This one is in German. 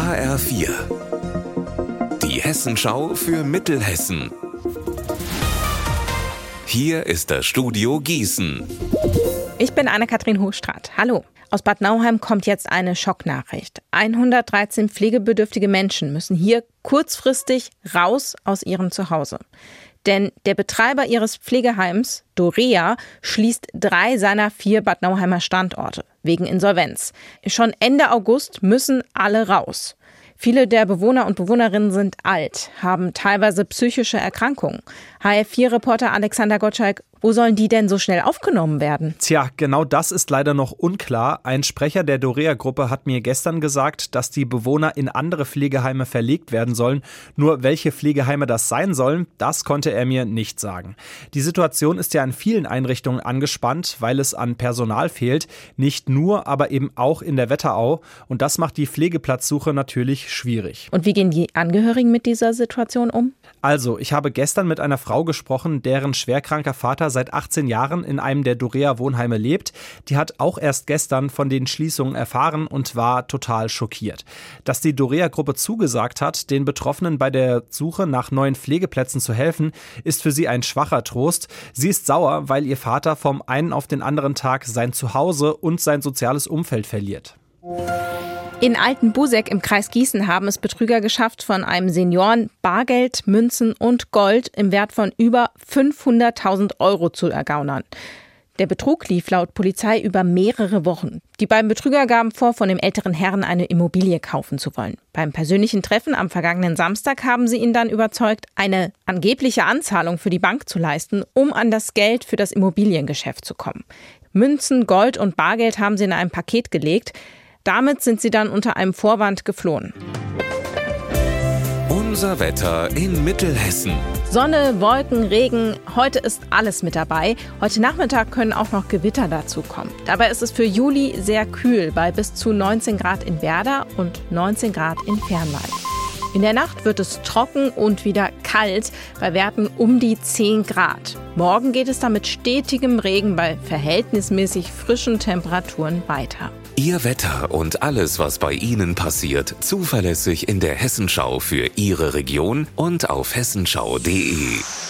HR4. Die Hessenschau für Mittelhessen. Hier ist das Studio Gießen. Ich bin Anne-Kathrin Hochstraat. Hallo. Aus Bad Nauheim kommt jetzt eine Schocknachricht. 113 pflegebedürftige Menschen müssen hier kurzfristig raus aus ihrem Zuhause. Denn der Betreiber ihres Pflegeheims, Dorea, schließt 3 seiner 4 Bad Nauheimer Standorte wegen Insolvenz. Schon Ende August müssen alle raus. Viele der Bewohner und Bewohnerinnen sind alt, haben teilweise psychische Erkrankungen. HR4-Reporter Alexander Gottschalk, wo sollen die denn so schnell aufgenommen werden? Tja, genau das ist leider noch unklar. Ein Sprecher der Dorea-Gruppe hat mir gestern gesagt, dass die Bewohner in andere Pflegeheime verlegt werden sollen. Nur welche Pflegeheime das sein sollen, das konnte er mir nicht sagen. Die Situation ist ja in vielen Einrichtungen angespannt, weil es an Personal fehlt. Nicht nur, aber eben auch in der Wetterau. Und das macht die Pflegeplatzsuche natürlich schwierig. Und wie gehen die Angehörigen mit dieser Situation um? Also, ich habe gestern mit einer Frau gesprochen, deren schwerkranker Vater seit 18 Jahren in einem der Dorea-Wohnheime lebt. Die hat auch erst gestern von den Schließungen erfahren und war total schockiert. Dass die Dorea-Gruppe zugesagt hat, den Betroffenen bei der Suche nach neuen Pflegeplätzen zu helfen, ist für sie ein schwacher Trost. Sie ist sauer, weil ihr Vater vom einen auf den anderen Tag sein Zuhause und sein soziales Umfeld verliert. In Altenbuseck im Kreis Gießen haben es Betrüger geschafft, von einem Senioren Bargeld, Münzen und Gold im Wert von über 500.000 € zu ergaunern. Der Betrug lief laut Polizei über mehrere Wochen. Die beiden Betrüger gaben vor, von dem älteren Herrn eine Immobilie kaufen zu wollen. Beim persönlichen Treffen am vergangenen Samstag haben sie ihn dann überzeugt, eine angebliche Anzahlung für die Bank zu leisten, um an das Geld für das Immobiliengeschäft zu kommen. Münzen, Gold und Bargeld haben sie in einem Paket gelegt. Damit sind sie dann unter einem Vorwand geflohen. Unser Wetter in Mittelhessen. Sonne, Wolken, Regen, heute ist alles mit dabei. Heute Nachmittag können auch noch Gewitter dazu kommen. Dabei ist es für Juli sehr kühl, bei bis zu 19 Grad in Werder und 19 Grad in Fernwald. In der Nacht wird es trocken und wieder kalt, bei Werten um die 10 Grad. Morgen geht es dann mit stetigem Regen bei verhältnismäßig frischen Temperaturen weiter. Ihr Wetter und alles, was bei Ihnen passiert, zuverlässig in der Hessenschau für Ihre Region und auf hessenschau.de.